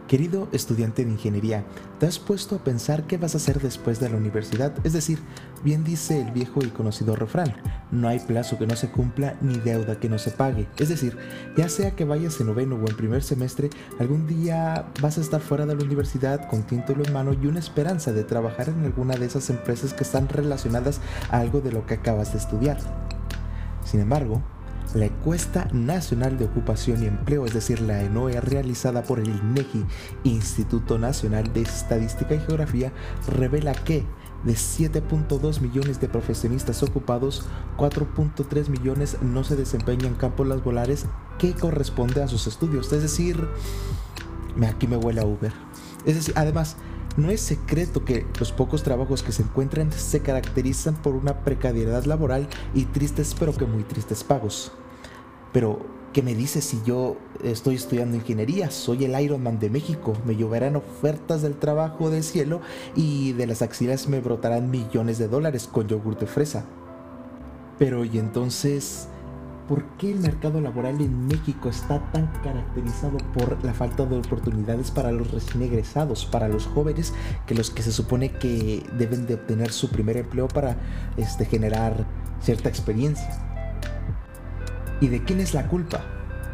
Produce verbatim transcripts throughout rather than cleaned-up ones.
Querido estudiante de ingeniería, ¿te has puesto a pensar qué vas a hacer después de la universidad? Es decir, bien dice el viejo y conocido refrán, no hay plazo que no se cumpla ni deuda que no se pague. Es decir, ya sea que vayas en noveno o en primer semestre, algún día vas a estar fuera de la universidad con título en mano y una esperanza de trabajar en alguna de esas empresas que están relacionadas a algo de lo que acabas de estudiar. Sin embargo, la Encuesta Nacional de Ocupación y Empleo, es decir, la ENOE, realizada por el INEGI, Instituto Nacional de Estadística y Geografía, revela que de siete punto dos millones de profesionistas ocupados, cuatro punto tres millones no se desempeñan en campos laborales que corresponde a sus estudios. Es decir, aquí me huele a Uber. Es decir, además, no es secreto que los pocos trabajos que se encuentran se caracterizan por una precariedad laboral y tristes, pero que muy tristes pagos. Pero, ¿qué me dices si yo estoy estudiando ingeniería? Soy el Iron Man de México, me lloverán ofertas del trabajo del cielo y de las axilas me brotarán millones de dólares con yogur de fresa. Pero, ¿y entonces por qué el mercado laboral en México está tan caracterizado por la falta de oportunidades para los recién egresados, para los jóvenes, que los que se supone que deben de obtener su primer empleo para este, generar cierta experiencia? ¿Y de quién es la culpa?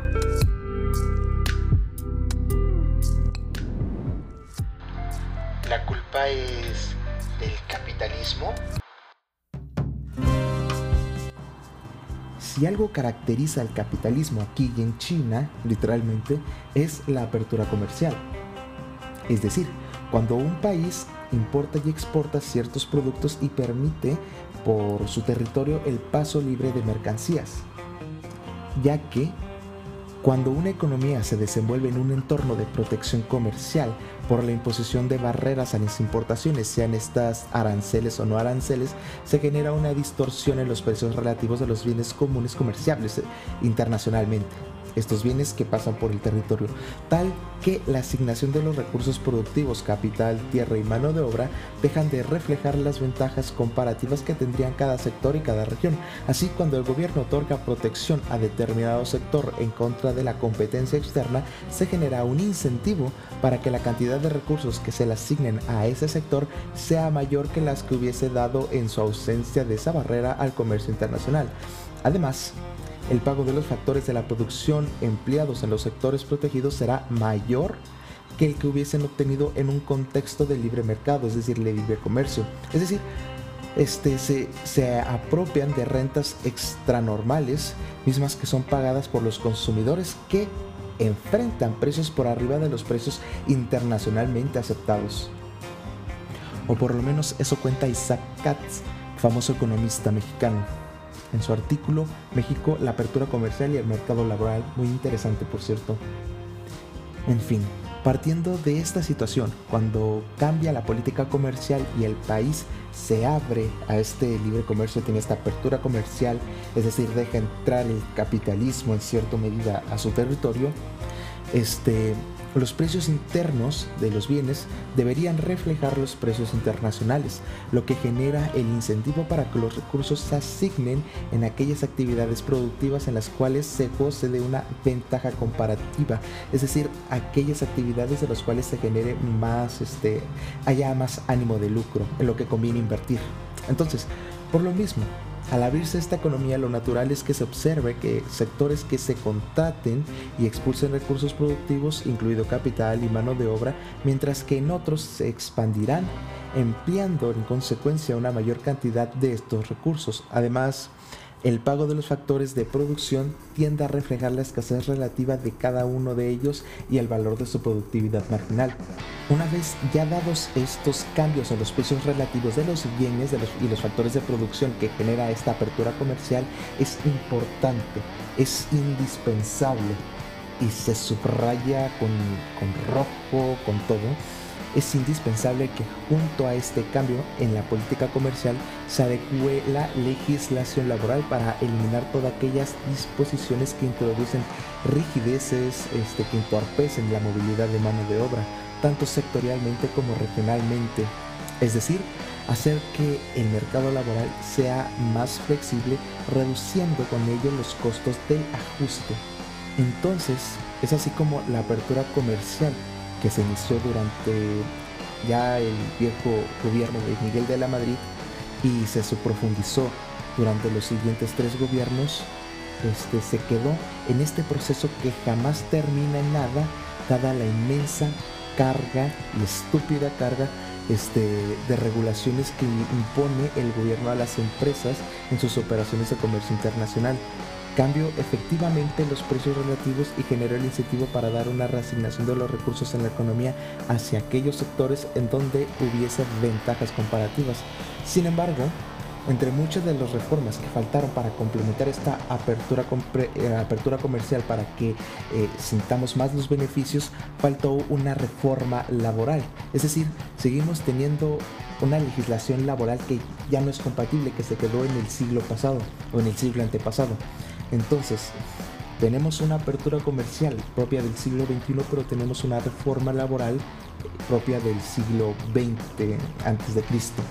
¿La culpa es del capitalismo? Si algo caracteriza al capitalismo aquí y en China, literalmente, es la apertura comercial. Es decir, cuando un país importa y exporta ciertos productos y permite por su territorio el paso libre de mercancías, ya que cuando una economía se desenvuelve en un entorno de protección comercial por la imposición de barreras a las importaciones, sean estas aranceles o no aranceles, se genera una distorsión en los precios relativos de los bienes comunes comerciables internacionalmente. Estos bienes que pasan por el territorio, tal que la asignación de los recursos productivos, capital, tierra y mano de obra, dejan de reflejar las ventajas comparativas que tendrían cada sector y cada región. Así, cuando el gobierno otorga protección a determinado sector en contra de la competencia externa, se genera un incentivo para que la cantidad de recursos que se le asignen a ese sector sea mayor que las que hubiese dado en su ausencia de esa barrera al comercio internacional. Además, el pago de los factores de la producción empleados en los sectores protegidos será mayor que el que hubiesen obtenido en un contexto de libre mercado, es decir, de libre comercio. Es decir, este, se, se apropian de rentas extranormales, mismas que son pagadas por los consumidores que enfrentan precios por arriba de los precios internacionalmente aceptados. O por lo menos eso cuenta Isaac Katz, famoso economista mexicano, en su artículo México, la apertura comercial y el mercado laboral, muy interesante por cierto. En fin, partiendo de esta situación, cuando cambia la política comercial y el país se abre a este libre comercio, tiene esta apertura comercial, es decir, deja entrar el capitalismo en cierta medida a su territorio, este, los precios internos de los bienes deberían reflejar los precios internacionales, lo que genera el incentivo para que los recursos se asignen en aquellas actividades productivas en las cuales se goce de una ventaja comparativa, es decir, aquellas actividades de las cuales se genere más, este, haya más ánimo de lucro, en lo que conviene invertir. Entonces, por lo mismo, al abrirse esta economía, lo natural es que se observe que sectores que se contraten y expulsen recursos productivos, incluido capital y mano de obra, mientras que en otros se expandirán, empleando en consecuencia una mayor cantidad de estos recursos. Además, el pago de los factores de producción tiende a reflejar la escasez relativa de cada uno de ellos y el valor de su productividad marginal. Una vez ya dados estos cambios en los precios relativos de los bienes de los, y los factores de producción que genera esta apertura comercial, es importante, es indispensable y se subraya con, con rojo, con todo. Es indispensable que junto a este cambio en la política comercial se adecue la legislación laboral para eliminar todas aquellas disposiciones que introducen rigideces, este, que entorpecen la movilidad de mano de obra, tanto sectorialmente como regionalmente. Es decir, hacer que el mercado laboral sea más flexible, reduciendo con ello los costos de ajuste. Entonces, es así como la apertura comercial que se inició durante ya el viejo gobierno de Miguel de la Madrid y se profundizó durante los siguientes tres gobiernos, este, se quedó en este proceso que jamás termina en nada, dada la inmensa carga y estúpida carga este, de regulaciones que impone el gobierno a las empresas en sus operaciones de comercio internacional. Cambió efectivamente los precios relativos y generó el incentivo para dar una reasignación de los recursos en la economía hacia aquellos sectores en donde hubiese ventajas comparativas. Sin embargo, entre muchas de las reformas que faltaron para complementar esta apertura, eh, apertura comercial para que eh, sintamos más los beneficios, faltó una reforma laboral. Es decir, seguimos teniendo una legislación laboral que ya no es compatible, que se quedó en el siglo pasado o en el siglo antepasado. Entonces, tenemos una apertura comercial propia del siglo veintiuno, pero tenemos una reforma laboral propia del siglo veinte antes de Cristo.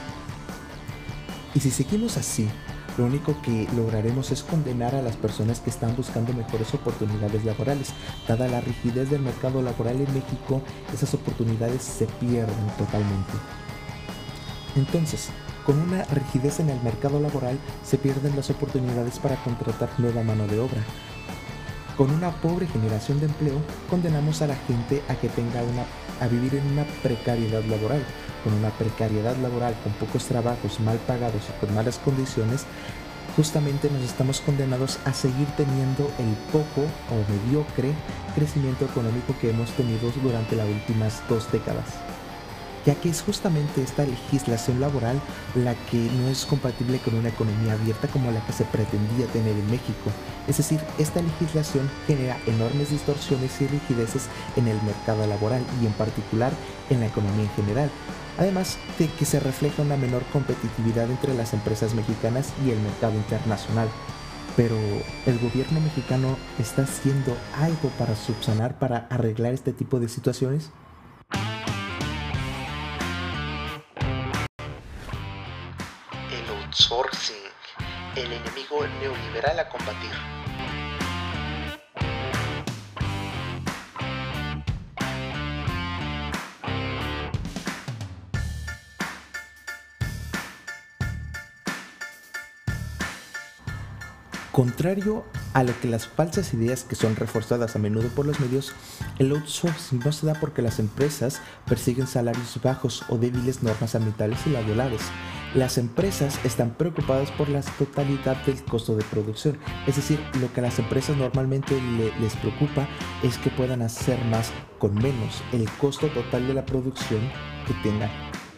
Y si seguimos así, lo único que lograremos es condenar a las personas que están buscando mejores oportunidades laborales. Dada la rigidez del mercado laboral en México, esas oportunidades se pierden totalmente. Entonces, con una rigidez en el mercado laboral, se pierden las oportunidades para contratar nueva mano de obra. Con una pobre generación de empleo, condenamos a la gente a que tenga una, a vivir en una precariedad laboral. Con una precariedad laboral, con pocos trabajos mal pagados y con malas condiciones, justamente nos estamos condenados a seguir teniendo el poco o mediocre crecimiento económico que hemos tenido durante las últimas dos décadas. Ya que es justamente esta legislación laboral la que no es compatible con una economía abierta como la que se pretendía tener en México. Es decir, esta legislación genera enormes distorsiones y rigideces en el mercado laboral y en particular en la economía en general. Además de que se refleja una menor competitividad entre las empresas mexicanas y el mercado internacional. Pero ¿el gobierno mexicano está haciendo algo para subsanar, para arreglar este tipo de situaciones? El outsourcing, el enemigo neoliberal a combatir. Contrario a lo que las falsas ideas que son reforzadas a menudo por los medios, el outsourcing no se da porque las empresas persiguen salarios bajos o débiles normas ambientales y laborales. Las empresas están preocupadas por la totalidad del costo de producción, es decir, lo que a las empresas normalmente le, les preocupa es que puedan hacer más con menos, el costo total de la producción que tengan.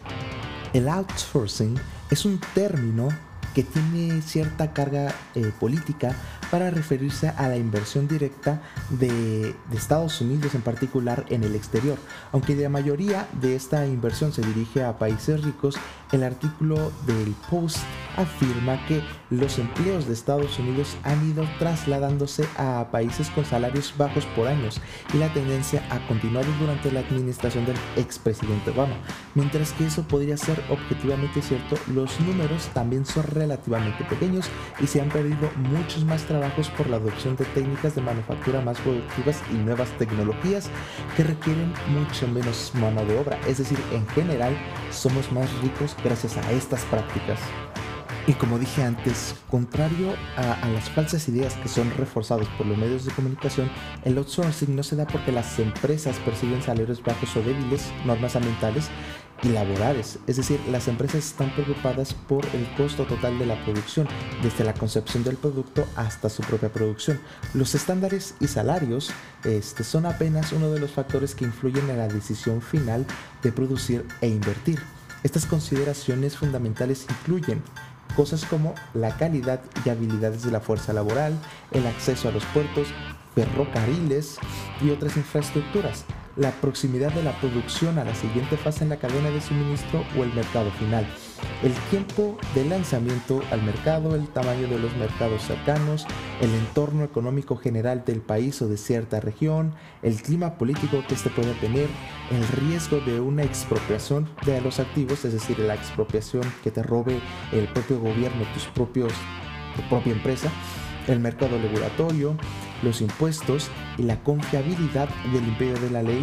El outsourcing es un término que tiene cierta carga eh, política para referirse a la inversión directa de, de Estados Unidos en particular en el exterior. Aunque la mayoría de esta inversión se dirige a países ricos, el artículo del Post afirma que los empleos de Estados Unidos han ido trasladándose a países con salarios bajos por años y la tendencia ha continuado durante la administración del expresidente Obama. Mientras que eso podría ser objetivamente cierto, los números también son relativamente pequeños y se han perdido muchos más trabajos por la adopción de técnicas de manufactura más productivas y nuevas tecnologías que requieren mucho menos mano de obra. Es decir, en general somos más ricos gracias a estas prácticas. Y como dije antes, contrario a, a las falsas ideas que son reforzadas por los medios de comunicación, el outsourcing no se da porque las empresas persiguen salarios bajos o débiles, normas ambientales y laborales. Es decir, las empresas están preocupadas por el costo total de la producción, desde la concepción del producto hasta su propia producción. Los estándares y salarios este, son apenas uno de los factores que influyen en la decisión final de producir e invertir. Estas consideraciones fundamentales incluyen cosas como la calidad y habilidades de la fuerza laboral, el acceso a los puertos, ferrocarriles y otras infraestructuras, la proximidad de la producción a la siguiente fase en la cadena de suministro o el mercado final, el tiempo de lanzamiento al mercado, el tamaño de los mercados cercanos, el entorno económico general del país o de cierta región, el clima político que éste pueda tener, el riesgo de una expropiación de los activos, es decir, la expropiación que te robe el propio gobierno, tus propios, tu propia empresa, el mercado regulatorio, los impuestos y la confiabilidad del imperio de la ley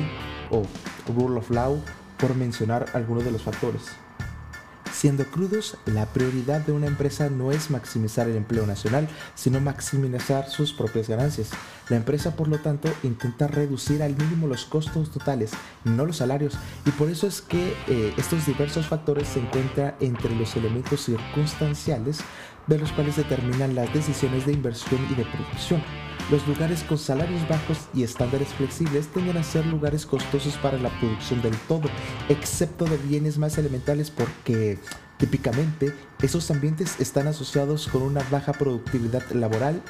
o rule of law, por mencionar algunos de los factores. Siendo crudos, la prioridad de una empresa no es maximizar el empleo nacional, sino maximizar sus propias ganancias. La empresa, por lo tanto, intenta reducir al mínimo los costos totales, no los salarios, y por eso es que eh, estos diversos factores se encuentran entre los elementos circunstanciales de los cuales determinan las decisiones de inversión y de producción. Los lugares con salarios bajos y estándares flexibles tienden a ser lugares costosos para la producción del todo, excepto de bienes más elementales, porque típicamente esos ambientes están asociados con una baja productividad laboral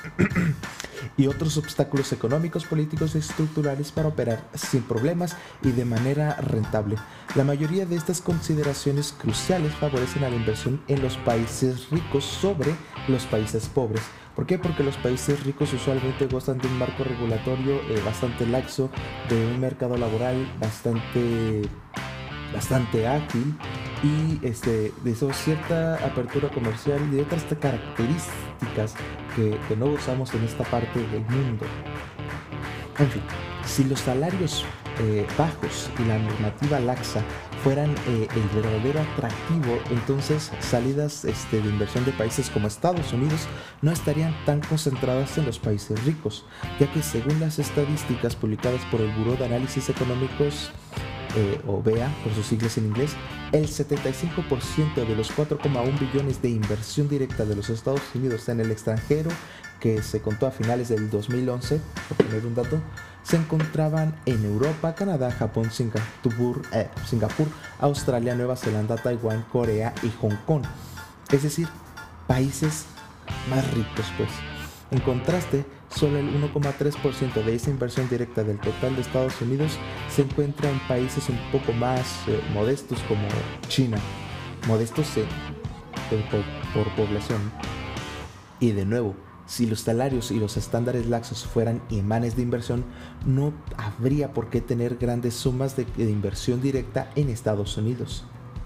y otros obstáculos económicos, políticos y estructurales para operar sin problemas y de manera rentable. La mayoría de estas consideraciones cruciales favorecen a la inversión en los países ricos sobre los países pobres. ¿Por qué? Porque los países ricos usualmente gozan de un marco regulatorio eh, bastante laxo, de un mercado laboral bastante, bastante ágil y este, de eso, cierta apertura comercial y de otras características que, que no gozamos en esta parte del mundo. En fin, si los salarios eh, bajos y la normativa laxa fueran eh, el verdadero atractivo, entonces salidas este, de inversión de países como Estados Unidos no estarían tan concentradas en los países ricos, ya que según las estadísticas publicadas por el Buró de Análisis Económicos, eh, o B E A por sus siglas en inglés, el setenta y cinco por ciento de los cuatro coma uno billones de inversión directa de los Estados Unidos en el extranjero, que se contó a finales del dos mil once, por poner un dato, se encontraban en Europa, Canadá, Japón, Singapur, eh, Singapur, Australia, Nueva Zelanda, Taiwán, Corea y Hong Kong. Es decir, países más ricos, pues. En contraste, solo el uno coma tres por ciento de esa inversión directa del total de Estados Unidos se encuentra en países un poco más eh, modestos como China, modestos en, en, por, por población. Y de nuevo, si los salarios y los estándares laxos fueran imanes de inversión, no habría por qué tener grandes sumas de, de inversión directa en Estados Unidos.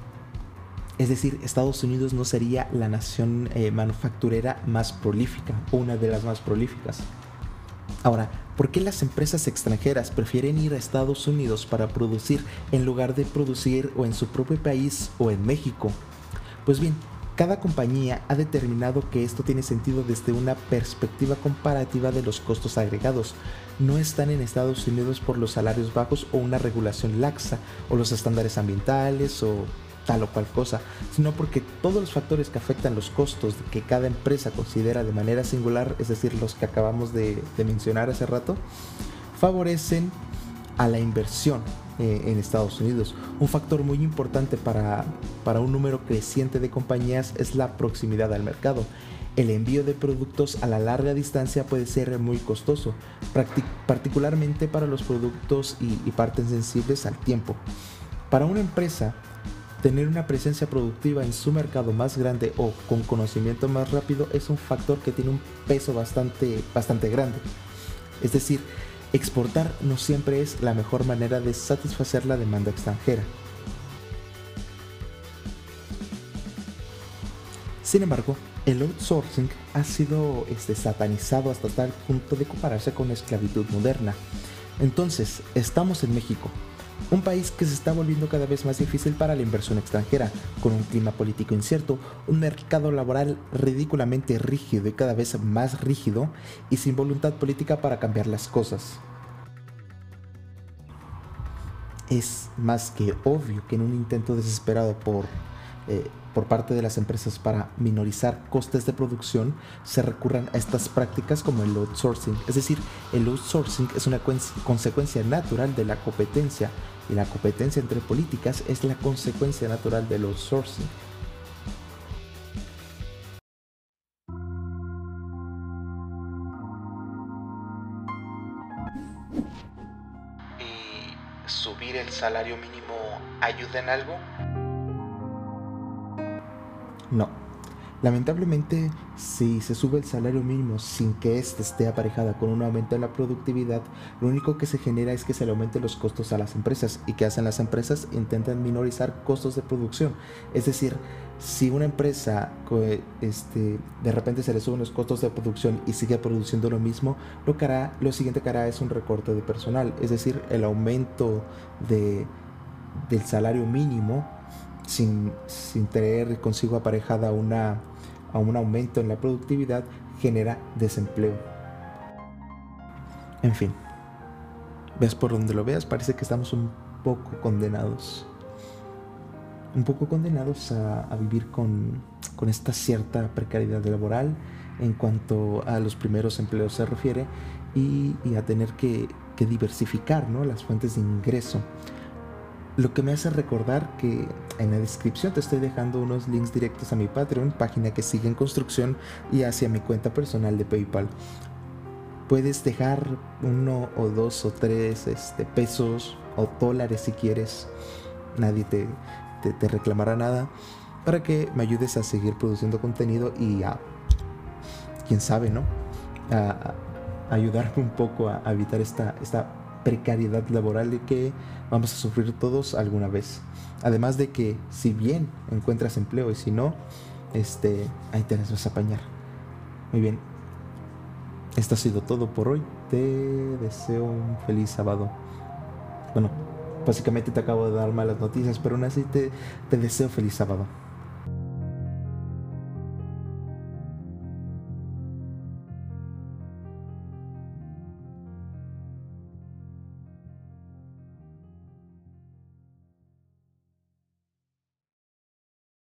Es decir, Estados Unidos no sería la nación eh, manufacturera más prolífica, o una de las más prolíficas. Ahora, ¿por qué las empresas extranjeras prefieren ir a Estados Unidos para producir en lugar de producir o en su propio país o en México? Pues bien, cada compañía ha determinado que esto tiene sentido desde una perspectiva comparativa de los costos agregados. No están en Estados Unidos por los salarios bajos o una regulación laxa, o los estándares ambientales o tal o cual cosa, sino porque todos los factores que afectan los costos que cada empresa considera de manera singular, es decir, los que acabamos de, de mencionar hace rato, favorecen a la inversión eh, en Estados Unidos. Un factor muy importante para, para un número creciente de compañías es la proximidad al mercado. El envío de productos a la larga distancia puede ser muy costoso, particularmente para los productos y, y partes sensibles al tiempo. Para una empresa, tener una presencia productiva en su mercado más grande o con conocimiento más rápido es un factor que tiene un peso bastante, bastante grande. Es decir, exportar no siempre es la mejor manera de satisfacer la demanda extranjera. Sin embargo, el outsourcing ha sido este, satanizado hasta tal punto de compararse con la esclavitud moderna. Entonces, estamos en México, un país que se está volviendo cada vez más difícil para la inversión extranjera, con un clima político incierto, un mercado laboral ridículamente rígido y cada vez más rígido, y sin voluntad política para cambiar las cosas. Es más que obvio que en un intento desesperado por, eh, por parte de las empresas para minorizar costes de producción, se recurran a estas prácticas como el outsourcing. Es decir, el outsourcing es una consecuencia natural de la competencia, y la competencia entre políticas es la consecuencia natural del outsourcing. ¿Y subir el salario mínimo ayuda en algo? No. Lamentablemente, si se sube el salario mínimo sin que éste esté aparejada con un aumento en la productividad, lo único que se genera es que se le aumenten los costos a las empresas. ¿Y qué hacen las empresas? Intentan minorizar costos de producción. Es decir, si una empresa este, de repente se le suben los costos de producción y sigue produciendo lo mismo, lo, que hará, lo siguiente que hará es un recorte de personal. Es decir, el aumento de, del salario mínimo sin, sin traer consigo aparejada una, a un aumento en la productividad genera desempleo. En fin, ves por donde lo veas, parece que estamos un poco condenados. Un poco condenados a, a vivir con, con esta cierta precariedad laboral en cuanto a los primeros empleos se refiere y, y a tener que, que diversificar, ¿no?, las fuentes de ingreso. Lo que me hace recordar que en la descripción te estoy dejando unos links directos a mi Patreon, página que sigue en construcción, y hacia mi cuenta personal de PayPal. Puedes dejar uno o dos o tres este, pesos o dólares si quieres. Nadie te, te, te reclamará nada, para que me ayudes a seguir produciendo contenido y a, quién sabe, ¿no?, a, a ayudarme un poco a, a evitar esta, esta precariedad laboral de que vamos a sufrir todos alguna vez. Además de que si bien encuentras empleo y si no, este, ahí te las vas a apañar. Muy bien, esto ha sido todo por hoy. Te deseo un feliz sábado. Bueno, básicamente te acabo de dar malas noticias, pero aún así te, te deseo feliz sábado.